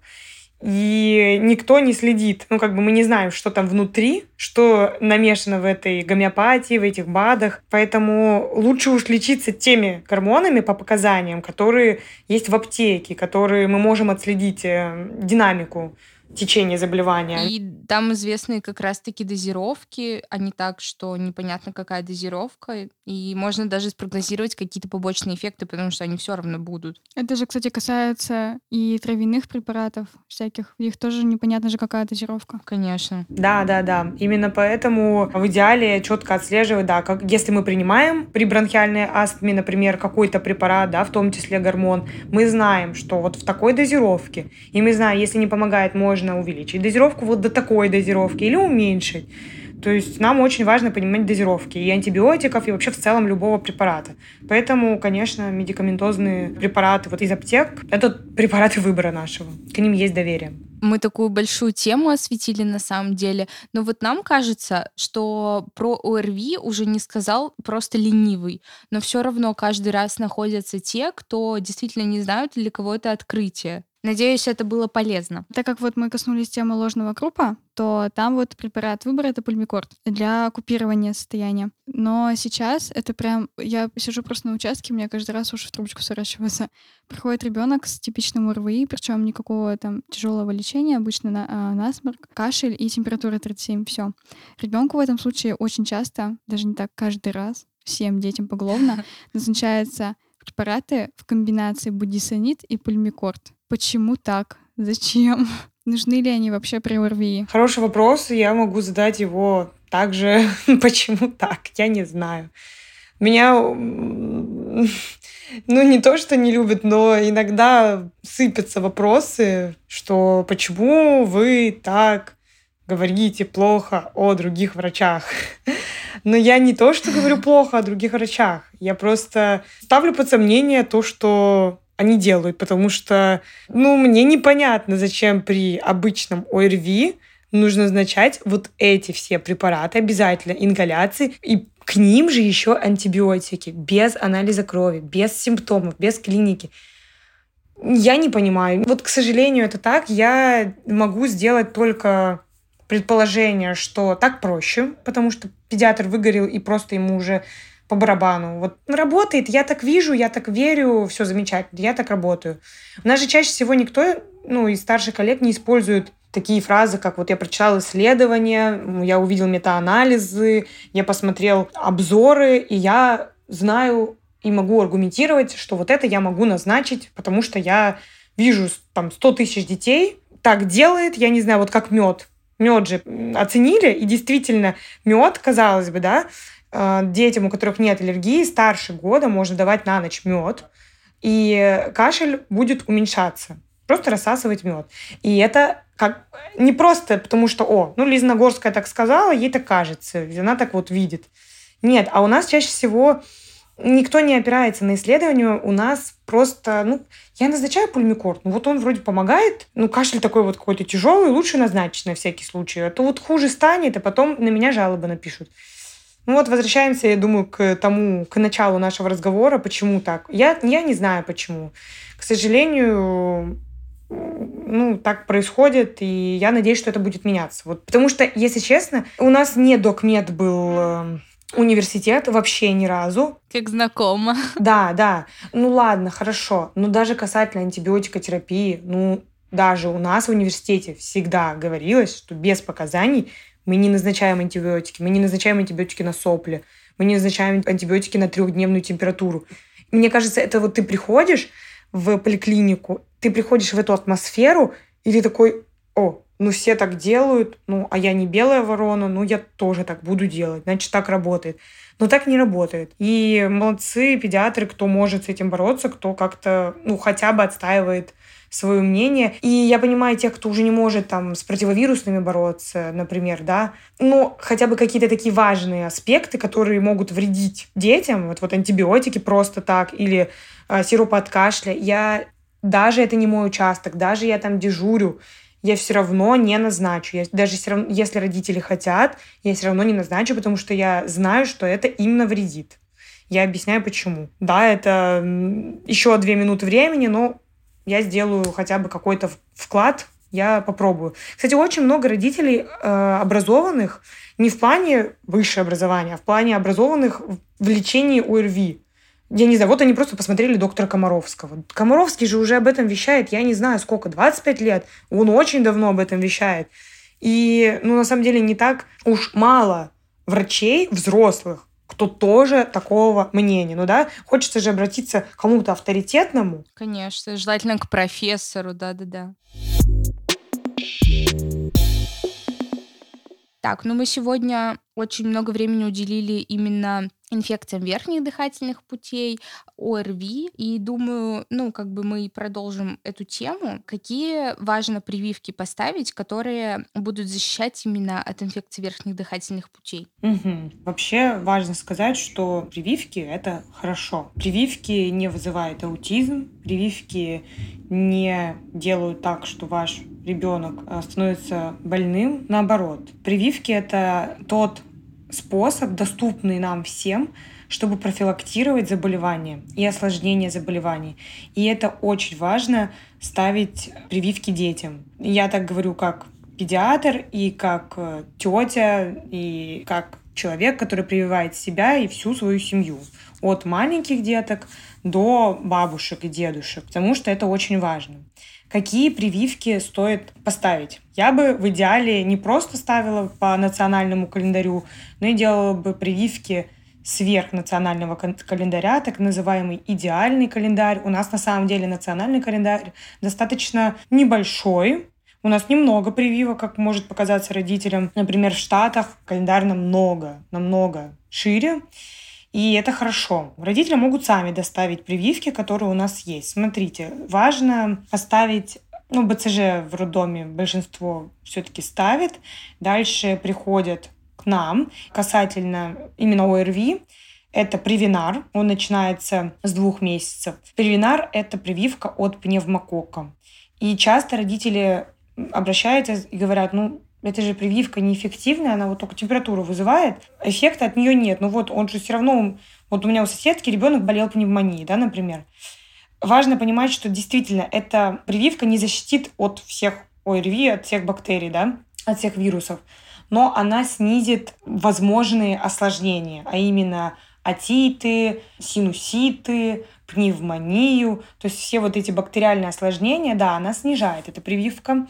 И никто не следит. Мы не знаем, что там внутри, что намешано в этой гомеопатии, в этих БАДах. Поэтому лучше уж лечиться теми гормонами по показаниям, которые есть в аптеке, которые мы можем отследить динамику течение заболевания. И там известны как раз-таки дозировки, а не так, что непонятно, какая дозировка, и можно даже спрогнозировать какие-то побочные эффекты, потому что они все равно будут. Это же, кстати, касается и травяных препаратов всяких. У них тоже непонятно же, какая дозировка. Конечно. Да. Именно поэтому в идеале четко отслеживать, если мы принимаем при бронхиальной астме, например, какой-то препарат, в том числе гормон, мы знаем, что вот в такой дозировке, и мы знаем, если не помогает, можно увеличить дозировку вот до такой дозировки или уменьшить. То есть нам очень важно понимать дозировки и антибиотиков, и вообще в целом любого препарата. Поэтому, конечно, медикаментозные препараты вот из аптек — это препараты выбора нашего. К ним есть доверие. Мы такую большую тему осветили на самом деле, но вот нам кажется, что про ОРВИ уже не сказал просто ленивый, но все равно каждый раз находятся те, кто действительно не знают, для кого это открытие. Надеюсь, это было полезно. Так как вот мы коснулись темы ложного крупа, то там вот препарат выбора — это пульмикорт для купирования состояния. Но сейчас это прям... Я сижу просто на участке, у меня каждый раз уши в трубочку сворачиваются. Приходит ребенок с типичным ОРВИ, причем никакого там тяжелого лечения, обычно насморк, кашель и температура 37, все. Ребенку в этом случае очень часто, даже не так каждый раз, всем детям поголовно назначаются препараты в комбинации будисонид и пульмикорт. Почему так? Зачем? Нужны ли они вообще при ОРВИ? Хороший вопрос, я могу задать его также. Почему так? Я не знаю. Меня, не то, что не любят, но иногда сыпятся вопросы, что почему вы так говорите плохо о других врачах. Но я не то, что говорю плохо о других врачах. Я просто ставлю под сомнение то, что они делают, потому что, мне непонятно, зачем при обычном ОРВИ нужно назначать вот эти все препараты, обязательно ингаляции, и к ним же еще антибиотики, без анализа крови, без симптомов, без клиники. Я не понимаю. Вот, к сожалению, это так. Я могу сделать только предположение, что так проще, потому что педиатр выгорел, и просто ему уже по барабану. Вот работает, я так вижу, я так верю, все замечательно, я так работаю. У нас же чаще всего никто, из старших коллег не использует такие фразы, как вот я прочитал исследования, я увидел метаанализы, я посмотрел обзоры, и я знаю и могу аргументировать, что вот это я могу назначить, потому что я вижу там 100 тысяч детей, так делает, я не знаю, вот как мед. Мед же оценили, и действительно мед, казалось бы, детям, у которых нет аллергии, старше года можно давать на ночь мед, и кашель будет уменьшаться. Просто рассасывать мед. И это как не просто потому, что, Лиза Нагорская так сказала, ей так кажется, она так вот видит. Нет, а у нас чаще всего никто не опирается на исследования, у нас просто, я назначаю пульмикорд, вот он вроде помогает, кашель такой вот какой-то тяжелый, лучше назначить на всякий случай, а то вот хуже станет, а потом на меня жалобы напишут. Возвращаемся, я думаю, к началу нашего разговора, почему так. Я не знаю, почему. К сожалению, так происходит, и я надеюсь, что это будет меняться. Потому что, если честно, у нас не докмед был университет вообще ни разу. Как знакомо. Да. Ладно, хорошо. Но даже касательно антибиотикотерапии, даже у нас в университете всегда говорилось, что без показаний мы не назначаем антибиотики. Мы не назначаем антибиотики на сопли. Мы не назначаем антибиотики на 3-дневную температуру. Мне кажется, это ты приходишь в поликлинику, ты приходишь в эту атмосферу, и ты такой, все так делают, а я не белая ворона, я тоже так буду делать, значит, так работает. Но так не работает. И молодцы педиатры, кто может с этим бороться, кто как-то, хотя бы отстаивает свое мнение. И я понимаю тех, кто уже не может с противовирусными бороться, например, да, но хотя бы какие-то такие важные аспекты, которые могут вредить детям, вот антибиотики просто так, или сироп от кашля, даже это не мой участок, даже я там дежурю, я все равно не назначу. Даже если родители хотят, я все равно не назначу, потому что я знаю, что это им навредит. Я объясняю, почему. Да, это еще 2 минуты времени, но я сделаю хотя бы какой-то вклад, я попробую. Кстати, очень много родителей образованных не в плане высшего образования, а в плане образованных в лечении ОРВИ. Я не знаю, вот они просто посмотрели доктора Комаровского. Комаровский же уже об этом вещает, я не знаю сколько, 25 лет. Он очень давно об этом вещает. И, на самом деле, не так уж мало врачей взрослых, кто тоже такого мнения. Хочется же обратиться к кому-то авторитетному. Конечно, желательно к профессору, да-да-да. Так, мы сегодня очень много времени уделили именно инфекциям верхних дыхательных путей, ОРВИ. И думаю, мы продолжим эту тему. Какие важно прививки поставить, которые будут защищать именно от инфекций верхних дыхательных путей? Вообще важно сказать, что прививки — это хорошо. Прививки не вызывают аутизм, прививки не делают так, что ваш ребенок становится больным. Наоборот, прививки — это тот способ, доступный нам всем, чтобы профилактировать заболевания и осложнения заболеваний. И это очень важно — ставить прививки детям. Я так говорю как педиатр и как тетя, и как человек, который прививает себя и всю свою семью. От маленьких деток до бабушек и дедушек, потому что это очень важно. Какие прививки стоит поставить? Я бы в идеале не просто ставила по национальному календарю, но и делала бы прививки сверх национального календаря, так называемый идеальный календарь. У нас на самом деле национальный календарь достаточно небольшой. У нас немного прививок, как может показаться родителям. Например, в Штатах календарь намного шире. И это хорошо. Родители могут сами доставить прививки, которые у нас есть. Смотрите, важно поставить, БЦЖ в роддоме большинство все-таки ставит. Дальше приходят к нам касательно именно ОРВИ. Это Превинар, он начинается с 2 месяцев. Превинар — это прививка от пневмококка. И часто родители обращаются и говорят, это же прививка неэффективная, она вот только температуру вызывает, эффекта от нее нет. Он же все равно... Вот у меня у соседки ребенок болел пневмонией, да, например. Важно понимать, что действительно эта прививка не защитит от всех ОРВИ, от всех бактерий, да, от всех вирусов, но она снизит возможные осложнения, а именно отиты, синуситы, пневмонию, то есть все вот эти бактериальные осложнения, да, она снижает, эта прививка.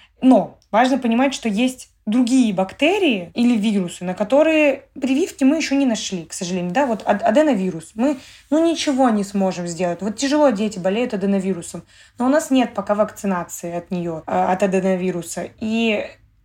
Но важно понимать, что есть другие бактерии или вирусы, на которые прививки мы еще не нашли, к сожалению. Да, вот аденовирус. Мы ничего не сможем сделать. Вот тяжело дети болеют аденовирусом, но у нас нет пока вакцинации от нее, от аденовируса. И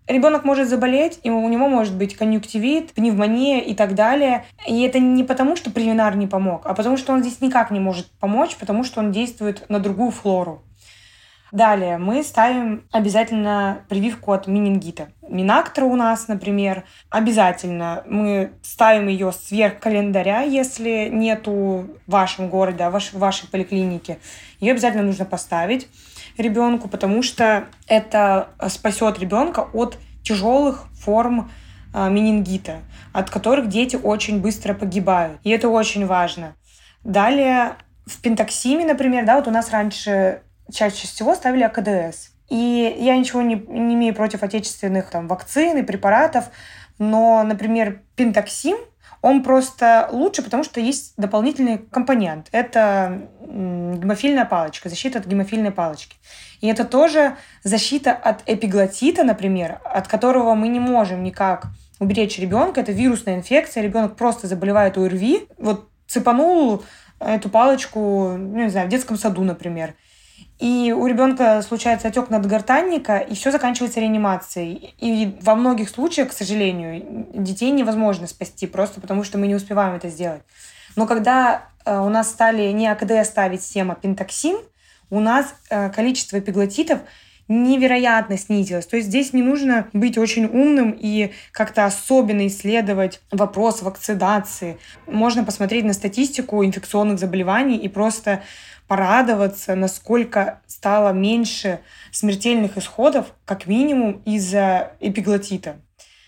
Ребенок может заболеть, и у него может быть конъюнктивит, пневмония и так далее. И это не потому, что Привинар не помог, а потому что он здесь никак не может помочь, потому что он действует на другую флору. Далее мы ставим обязательно прививку от менингита. Минактра у нас, например, обязательно мы ставим ее сверх календаря, если нету в вашем городе, в вашей поликлинике. Ее обязательно нужно поставить ребенку, потому что это спасет ребенка от тяжелых форм менингита, от которых дети очень быстро погибают. И это очень важно. Далее в пентоксиме, например, вот у нас раньше чаще всего ставили АКДС. И я ничего не имею против отечественных вакцин и препаратов, но, например, пентоксим, он просто лучше, потому что есть дополнительный компонент. Это гемофильная палочка, защита от гемофильной палочки. И это тоже защита от эпиглотита, например, от которого мы не можем никак уберечь ребенка. Это вирусная инфекция, ребенок просто заболевает ОРВИ. Вот цепанул эту палочку, в детском саду, например. И у ребенка случается отек надгортанника, и все заканчивается реанимацией. И во многих случаях, к сожалению, детей невозможно спасти, просто потому что мы не успеваем это сделать. Но когда у нас стали не АКДС ставить всем, а пентоксим, у нас количество эпиглотитов невероятно снизилось. То есть здесь не нужно быть очень умным и как-то особенно исследовать вопрос вакцинации. Можно посмотреть на статистику инфекционных заболеваний и просто порадоваться, насколько стало меньше смертельных исходов, как минимум из-за эпиглотита.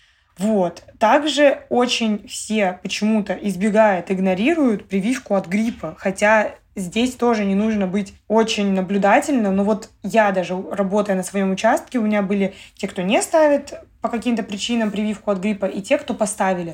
Также очень все почему-то избегают, игнорируют прививку от гриппа, хотя здесь тоже не нужно быть очень наблюдательным. Но я даже, работая на своем участке, у меня были те, кто не ставит по каким-то причинам прививку от гриппа, и те, кто поставили.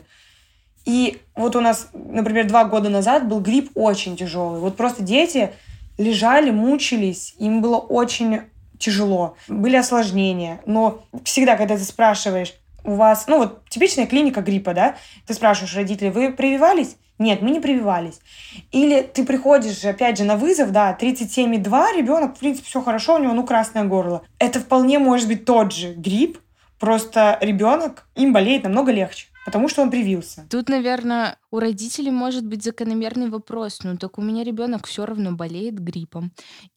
И у нас, например, 2 года назад был грипп очень тяжелый. Просто дети лежали, мучились, им было очень тяжело. Были осложнения. Но всегда, когда ты спрашиваешь, у вас, типичная клиника гриппа, да, ты спрашиваешь родителей, вы прививались? Нет, мы не прививались. Или ты приходишь, опять же, на вызов, 37,2, ребенок, в принципе, все хорошо, у него, красное горло. Это вполне может быть тот же грипп, просто ребенок им болеет намного легче, потому что он привился. Тут, наверное, у родителей может быть закономерный вопрос. Так у меня ребенок все равно болеет гриппом.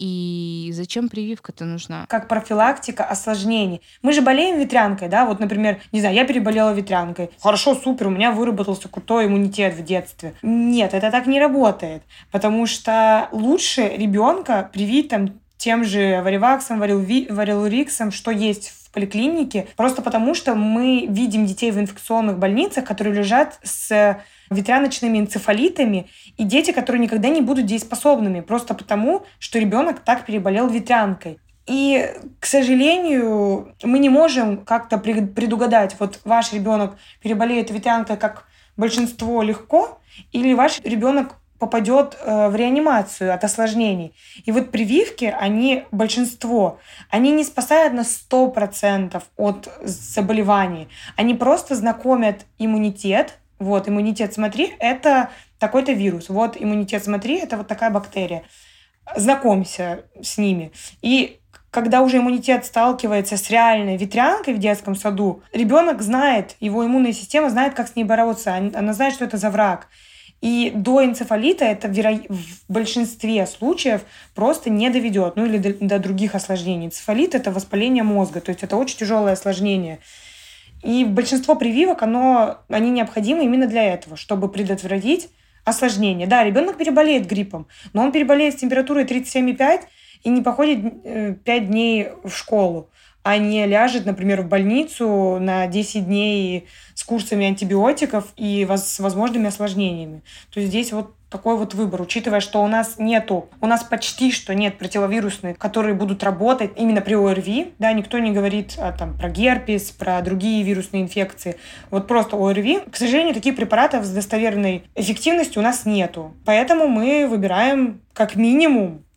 И зачем прививка-то нужна? Как профилактика осложнений. Мы же болеем ветрянкой, да? Например, не знаю, я переболела ветрянкой. Хорошо, супер, у меня выработался крутой иммунитет в детстве. Нет, это так не работает. Потому что лучше ребенка привить тем же вариваксом, варилуриксом, что есть в поликлинике, просто потому что мы видим детей в инфекционных больницах, которые лежат с ветряночными энцефалитами, и дети, которые никогда не будут дееспособными, просто потому, что ребенок так переболел ветрянкой. И, к сожалению, мы не можем как-то предугадать, ваш ребенок переболеет ветрянкой, как большинство, легко, или ваш ребенок попадет в реанимацию от осложнений. И прививки, большинство, они не спасают на 100% от заболеваний. Они просто знакомят иммунитет. Иммунитет, смотри, это такой-то вирус. Иммунитет, смотри, это такая бактерия. Знакомься с ними. И когда уже иммунитет сталкивается с реальной ветрянкой в детском саду, ребенок знает, его иммунная система знает, как с ней бороться. Она знает, что это за враг. И до энцефалита это в большинстве случаев просто не доведет, или до других осложнений. Энцефалит – это воспаление мозга, то есть это очень тяжелое осложнение. И большинство прививок, они необходимы именно для этого, чтобы предотвратить осложнения. Да, ребенок переболеет гриппом, но он переболеет с температурой 37,5 и не походит 5 дней в школу, а не ляжет, например, в больницу на 10 дней с курсами антибиотиков и с возможными осложнениями. То есть здесь такой выбор, учитывая, что у нас почти что нет противовирусных, которые будут работать именно при ОРВИ. Да, никто не говорит про герпес, про другие вирусные инфекции. Просто ОРВИ. К сожалению, таких препаратов с достоверной эффективностью у нас нету. Поэтому мы выбираем как минимум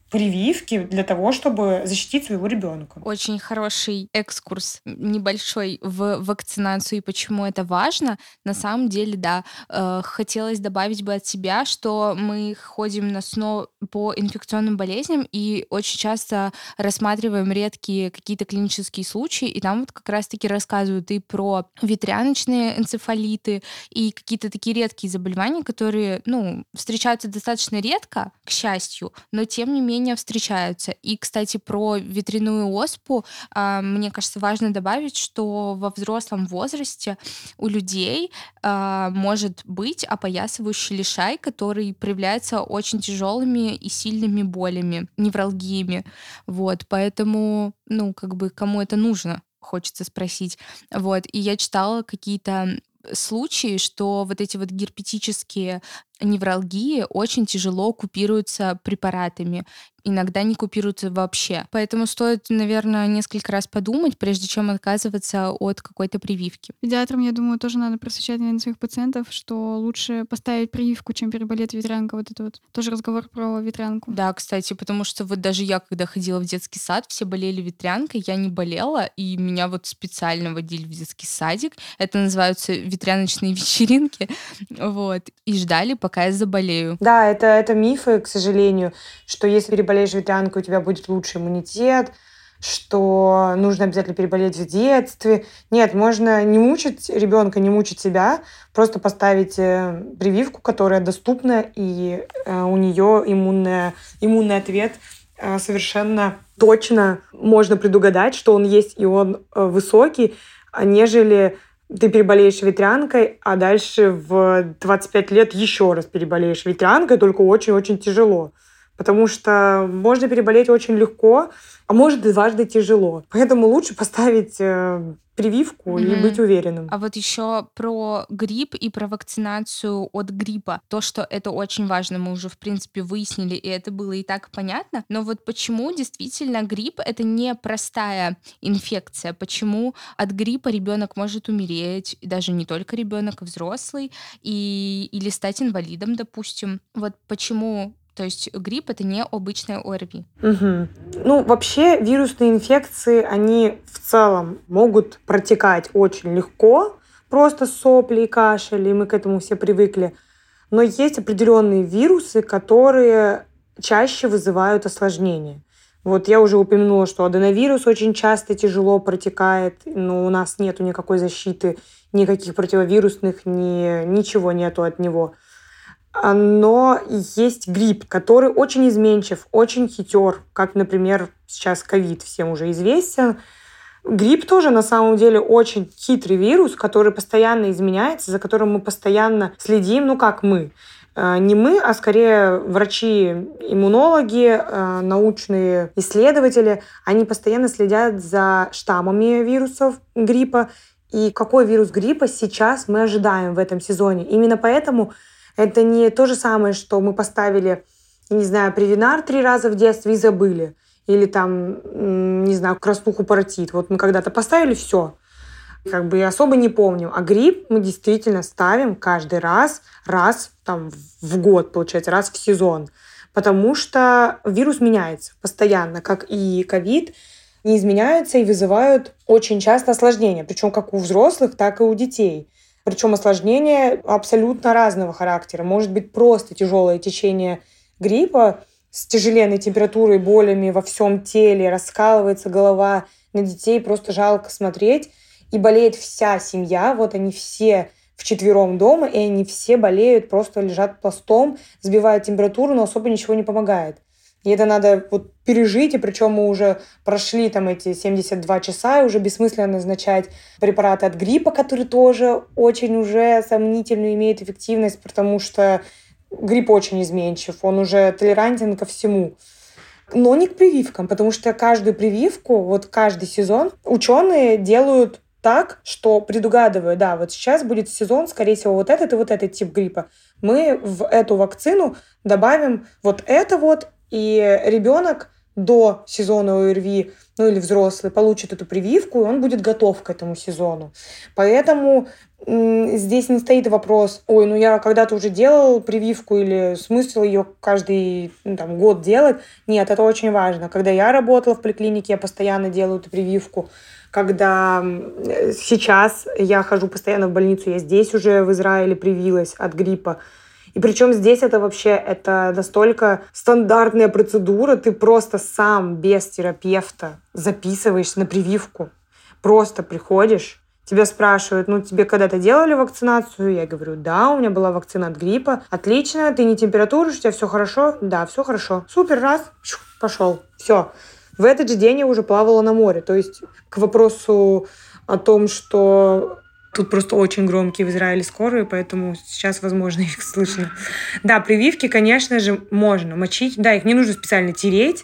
прививки для того, чтобы защитить своего ребенка. Очень хороший экскурс небольшой в вакцинацию и почему это важно. На самом деле, да, хотелось добавить бы от себя, что мы ходим на СНО по инфекционным болезням и очень часто рассматриваем редкие какие-то клинические случаи, и там вот как раз-таки рассказывают и про ветряночные энцефалиты, и какие-то такие редкие заболевания, которые, встречаются достаточно редко, к счастью, но тем не менее встречаются. И, кстати, про ветряную оспу, мне кажется, важно добавить, что во взрослом возрасте у людей может быть опоясывающий лишай, который проявляется очень тяжелыми и сильными болями, невралгиями. Вот, поэтому, кому это нужно? Хочется спросить. Вот. И я читала какие-то случаи, что вот эти вот герпетические невралгии очень тяжело купируются препаратами. Иногда не купируются вообще. Поэтому стоит, наверное, несколько раз подумать, прежде чем отказываться от какой-то прививки. Педиатрам, я думаю, тоже надо просвещать, наверное, своих пациентов, что лучше поставить прививку, чем переболеть ветрянкой. Вот это вот тоже разговор про ветрянку. Да, кстати, потому что вот даже я, когда ходила в детский сад, все болели ветрянкой, я не болела, и меня вот специально водили в детский садик. Это называются ветряночные вечеринки. Вот. И ждали, пока я заболею. Да, это мифы, к сожалению, что если переболеешь ветрянкой, у тебя будет лучший иммунитет, что нужно обязательно переболеть в детстве. Нет, можно не мучить ребенка, не мучить себя, просто поставить прививку, которая доступна, и у нее иммунный ответ совершенно точно можно предугадать, что он есть, и он высокий, нежели ты переболеешь ветрянкой, а дальше в 25 лет еще раз переболеешь ветрянкой, только очень-очень тяжело. Потому что можно переболеть очень легко, а может и дважды тяжело. Поэтому лучше поставить прививку и быть уверенным. А вот еще про грипп и про вакцинацию от гриппа. То, что это очень важно, мы уже, в принципе, выяснили, и это было и так понятно. Но вот почему действительно грипп — это не простая инфекция? Почему от гриппа ребенок может умереть, и даже не только ребенок, и взрослый, или стать инвалидом, допустим? Вот почему... То есть грипп — это не обычная ОРВИ. Угу. Вообще вирусные инфекции, они в целом могут протекать очень легко, просто сопли и кашель, и мы к этому все привыкли. Но есть определенные вирусы, которые чаще вызывают осложнения. Вот я уже упомянула, что аденовирус очень часто тяжело протекает, но у нас нету никакой защиты, никаких противовирусных, ничего нету от него. Но есть грипп, который очень изменчив, очень хитер, как, например, сейчас ковид всем уже известен. Грипп тоже на самом деле очень хитрый вирус, который постоянно изменяется, за которым мы постоянно следим, как мы. Не мы, а скорее врачи-иммунологи, научные исследователи. Они постоянно следят за штаммами вирусов гриппа. И какой вирус гриппа сейчас мы ожидаем в этом сезоне. Именно поэтому это не то же самое, что мы поставили, Превинар 3 раза в детстве и забыли. Или краснуху паротит. Вот мы когда-то поставили, все. И особо не помним. А грипп мы действительно ставим каждый раз в год, получается, раз в сезон. Потому что вирус меняется постоянно, как и ковид, не изменяются и вызывают очень часто осложнения. Причем как у взрослых, так и у детей. Причем осложнения абсолютно разного характера. Может быть просто тяжелое течение гриппа с тяжеленной температурой, болями во всем теле, раскалывается голова, на детей просто жалко смотреть. И болеет вся семья, вот они все вчетвером дома, и они все болеют, просто лежат пластом, сбивают температуру, но особо ничего не помогает. И это надо пережить, и причем мы уже прошли эти 72 часа, и уже бессмысленно назначать препараты от гриппа, которые тоже очень уже сомнительную имеют эффективность, потому что грипп очень изменчив, он уже толерантен ко всему. Но не к прививкам, потому что каждую прививку, каждый сезон ученые делают так, что предугадывают, сейчас будет сезон, скорее всего, вот этот и вот этот тип гриппа. Мы в эту вакцину добавим вот это, и ребенок до сезона ОРВИ, или взрослый, получит эту прививку, и он будет готов к этому сезону. Поэтому здесь не стоит вопрос, ой, ну я когда-то уже делал прививку или смысл ее каждый год делать. Нет, это очень важно. Когда я работала в поликлинике, я постоянно делаю эту прививку. Когда сейчас я хожу постоянно в больницу, я здесь уже в Израиле привилась от гриппа. И причем здесь это настолько стандартная процедура, ты просто сам без терапевта записываешься на прививку. Просто приходишь, тебя спрашивают, тебе когда-то делали вакцинацию? Я говорю, да, у меня была вакцина от гриппа. Отлично, ты не температуришь, у тебя все хорошо? Да, все хорошо. Супер, раз, пошел. Все. В этот же день я уже плавала на море. То есть к вопросу о том, что тут просто очень громкие в Израиле скорые, поэтому сейчас, возможно, их слышно. Да, прививки, конечно же, можно мочить. Да, их не нужно специально тереть.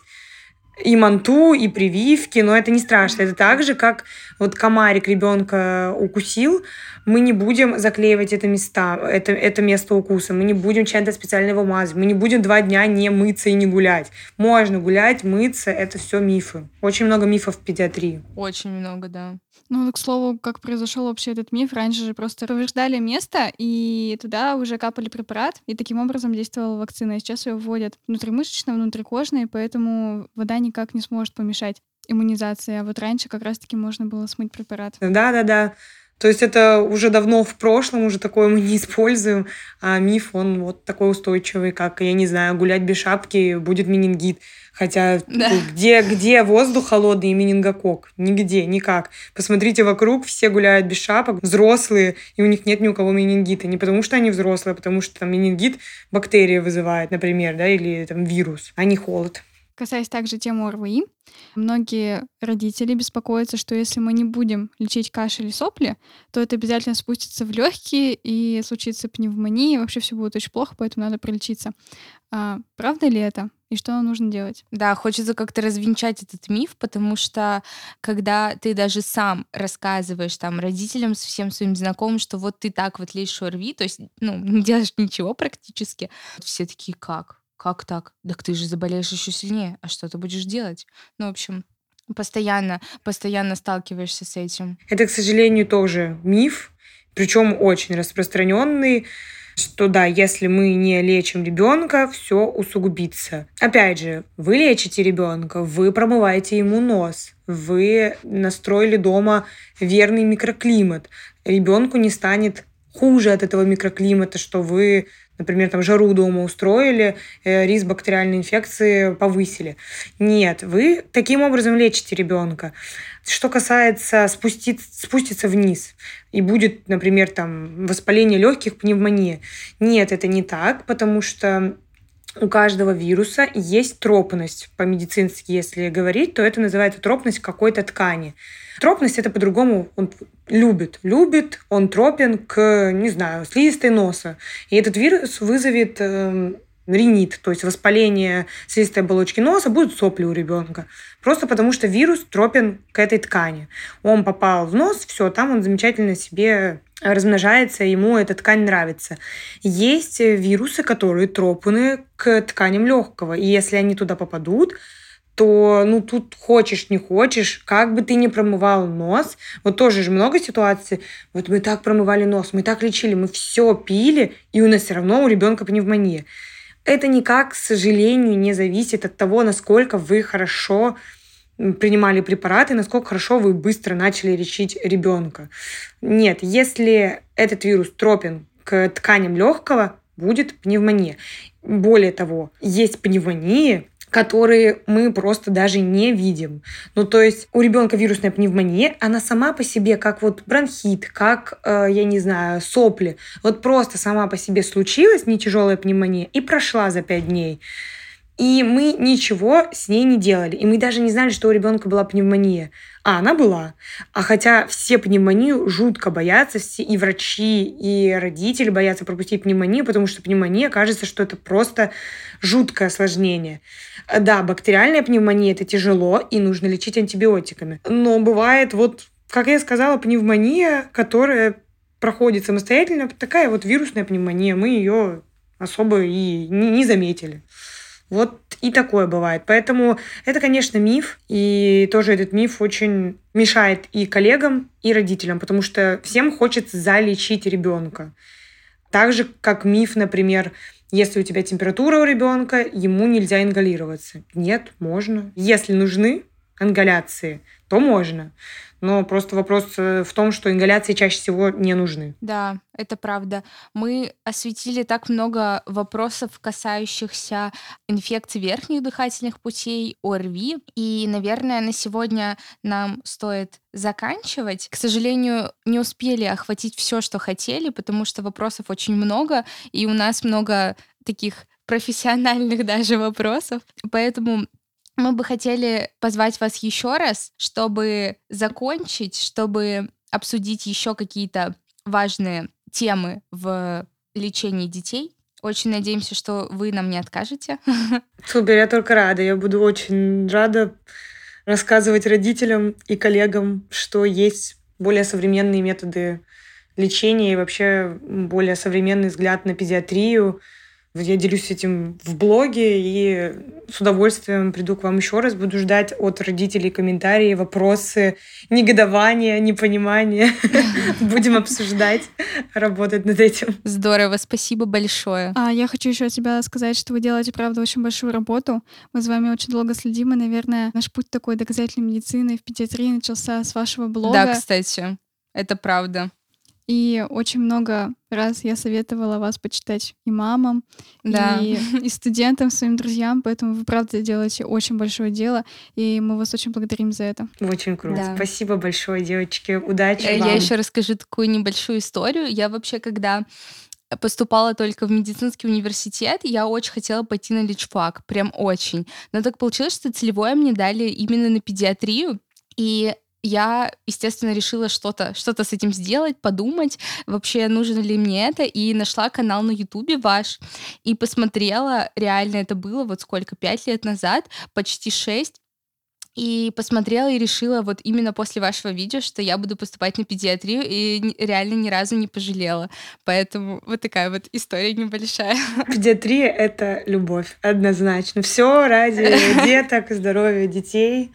И манту, и прививки, но это не страшно. Это так же, как вот комарик ребенка укусил, мы не будем заклеивать это место укуса, мы не будем чем-то специально его мазать, мы не будем 2 дня не мыться и не гулять. Можно гулять, мыться, это все мифы. Очень много мифов в педиатрии. Очень много, да. Ну, к слову, как произошел вообще этот миф, раньше же просто повреждали место, и туда уже капали препарат, и таким образом действовала вакцина. И сейчас ее вводят внутримышечно, внутрикожно, и поэтому вода никак не сможет помешать иммунизации. А вот раньше как раз-таки можно было смыть препарат. Да. То есть это уже давно в прошлом, уже такое мы не используем, а миф, он вот такой устойчивый, как, я не знаю, гулять без шапки будет менингит. Хотя Да. где воздух холодный и менингококк? Нигде, никак. Посмотрите вокруг, все гуляют без шапок, взрослые, и у них нет ни у кого менингита. Не потому что они взрослые, а потому что там менингит бактерия вызывает, например, да, или там вирус, а не холод. Касаясь также темы ОРВИ, многие родители беспокоятся, что если мы не будем лечить кашель и сопли, то это обязательно спустится в легкие и случится пневмония, и вообще все будет очень плохо, поэтому надо пролечиться. Правда ли это? И что нам нужно делать? Да, хочется как-то развенчать этот миф, потому что когда ты даже сам рассказываешь там родителям, всем своим знакомым, что вот ты так вот лечишь ОРВИ, то есть, не делаешь ничего практически, все такие, как? Как так? Так ты же заболеешь еще сильнее. А что ты будешь делать? В общем, постоянно сталкиваешься с этим. Это, к сожалению, тоже миф, причем очень распространенный, что да, если мы не лечим ребенка, все усугубится. Опять же, вы лечите ребенка, вы промываете ему нос, вы настроили дома верный микроклимат. Ребенку не станет хуже от этого микроклимата, что вы, например, там жару дома устроили, риск бактериальной инфекции повысили. Нет, вы таким образом лечите ребенка. Что касается спуститься вниз, и будет, например, там воспаление легких, пневмония. Нет, это не так, потому что у каждого вируса есть тропность. По-медицински, если говорить, то это называется тропность какой-то ткани. Тропность — это по-другому, он любит, он тропен к, не знаю, слизистой носа. И этот вирус вызовет ринит, то есть воспаление слизистой оболочки носа, будут сопли у ребенка. Просто потому что вирус тропен к этой ткани. Он попал в нос, все, там он замечательно себе размножается, ему эта ткань нравится. Есть вирусы, которые тропаны к тканям легкого, и если они туда попадут, то, тут хочешь, не хочешь, как бы ты ни промывал нос, вот тоже же много ситуаций, вот мы так промывали нос, мы так лечили, мы все пили, и у нас все равно у ребенка пневмония. Это никак, к сожалению, не зависит от того, насколько вы хорошо принимали препараты, насколько хорошо вы быстро начали лечить ребенка. Нет, если этот вирус тропен к тканям легкого, будет пневмония. Более того, есть пневмонии, которые мы просто даже не видим. То есть у ребенка вирусная пневмония, она сама по себе, как вот бронхит, как, я не знаю, сопли. Вот просто сама по себе случилась не тяжелая пневмония и прошла за 5 дней. И мы ничего с ней не делали. И мы даже не знали, что у ребенка была пневмония. А она была. А хотя все пневмонию жутко боятся, все и врачи, и родители боятся пропустить пневмонию, потому что пневмония, кажется, что это просто жуткое осложнение. Да, бактериальная пневмония — это тяжело, и нужно лечить антибиотиками. Но бывает, вот, как я сказала, пневмония, которая проходит самостоятельно, такая вот вирусная пневмония. Мы ее особо и не заметили. Вот и такое бывает. Поэтому это, конечно, миф, и тоже этот миф очень мешает и коллегам, и родителям, потому что всем хочется залечить ребенка. Так же, как миф, например, если у тебя температура у ребенка, ему нельзя ингалироваться. Нет, можно. Если нужны ингаляции, то можно. Но просто вопрос в том, что ингаляции чаще всего не нужны. Да, это правда. Мы осветили так много вопросов, касающихся инфекций верхних дыхательных путей, ОРВИ. И, наверное, на сегодня нам стоит заканчивать. К сожалению, не успели охватить все, что хотели, потому что вопросов очень много, и у нас много таких профессиональных даже вопросов. Поэтому мы бы хотели позвать вас еще раз, чтобы закончить, чтобы обсудить еще какие-то важные темы в лечении детей. Очень надеемся, что вы нам не откажете. Супер, я только рада. Я буду очень рада рассказывать родителям и коллегам, что есть более современные методы лечения и вообще более современный взгляд на педиатрию. Я делюсь этим в блоге и с удовольствием приду к вам еще раз. Буду ждать от родителей комментарии, вопросы, негодования, непонимания. Будем обсуждать, работать над этим. Здорово, спасибо большое. Я хочу еще от тебя сказать, что вы делаете, правда, очень большую работу. Мы с вами очень долго следим, и, наверное, наш путь такой доказательной медицины в педиатрии начался с вашего блога. Да, кстати, это правда. И очень много раз я советовала вас почитать и мамам, Да. и студентам, своим друзьям, поэтому вы, правда, делаете очень большое дело, и мы вас очень благодарим за это. Очень круто. Да. Спасибо большое, девочки. Удачи вам. Я еще расскажу такую небольшую историю. Я вообще, когда поступала только в медицинский университет, я очень хотела пойти на личфак, прям очень. Но так получилось, что целевое мне дали именно на педиатрию, и я, естественно, решила что-то с этим сделать, подумать, вообще нужно ли мне это, и нашла канал на Ютубе ваш, и посмотрела, реально это было вот сколько, 5 лет назад, почти 6, и посмотрела и решила вот именно после вашего видео, что я буду поступать на педиатрию, и реально ни разу не пожалела. Поэтому вот такая вот история небольшая. Педиатрия — это любовь, однозначно. Все ради деток, здоровья детей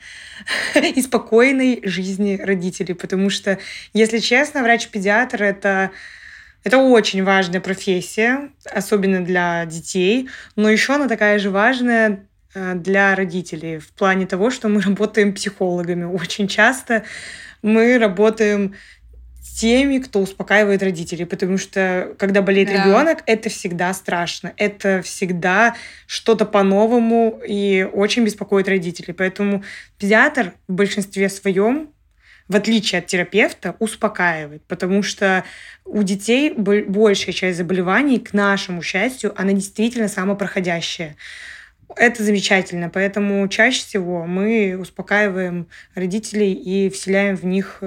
и спокойной жизни родителей. Потому что, если честно, врач-педиатр — это очень важная профессия, особенно для детей, но еще она такая же важная для родителей в плане того, что мы работаем психологами. Очень часто мы работаем с теми, кто успокаивает родителей, потому что когда болеет ребенок, это всегда страшно, это всегда что-то по-новому и очень беспокоит родителей. Поэтому педиатр в большинстве своем, в отличие от терапевта, успокаивает, потому что у детей большая часть заболеваний, к нашему счастью, она действительно самопроходящая. Это замечательно, поэтому чаще всего мы успокаиваем родителей и вселяем в них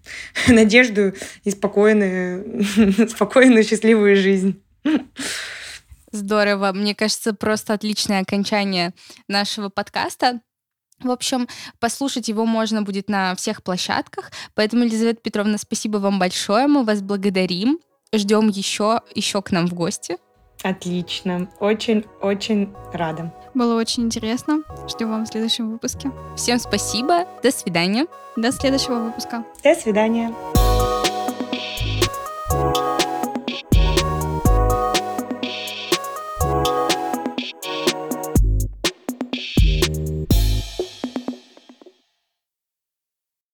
надежду и спокойную, счастливую жизнь. Здорово. Мне кажется, просто отличное окончание нашего подкаста. В общем, послушать его можно будет на всех площадках. Поэтому, Елизавета Петровна, спасибо вам большое. Мы вас благодарим. Ждем еще к нам в гости. Отлично. Очень-очень рада. Было очень интересно. Ждем вам в следующем выпуске. Всем спасибо. До свидания. До следующего выпуска. До свидания.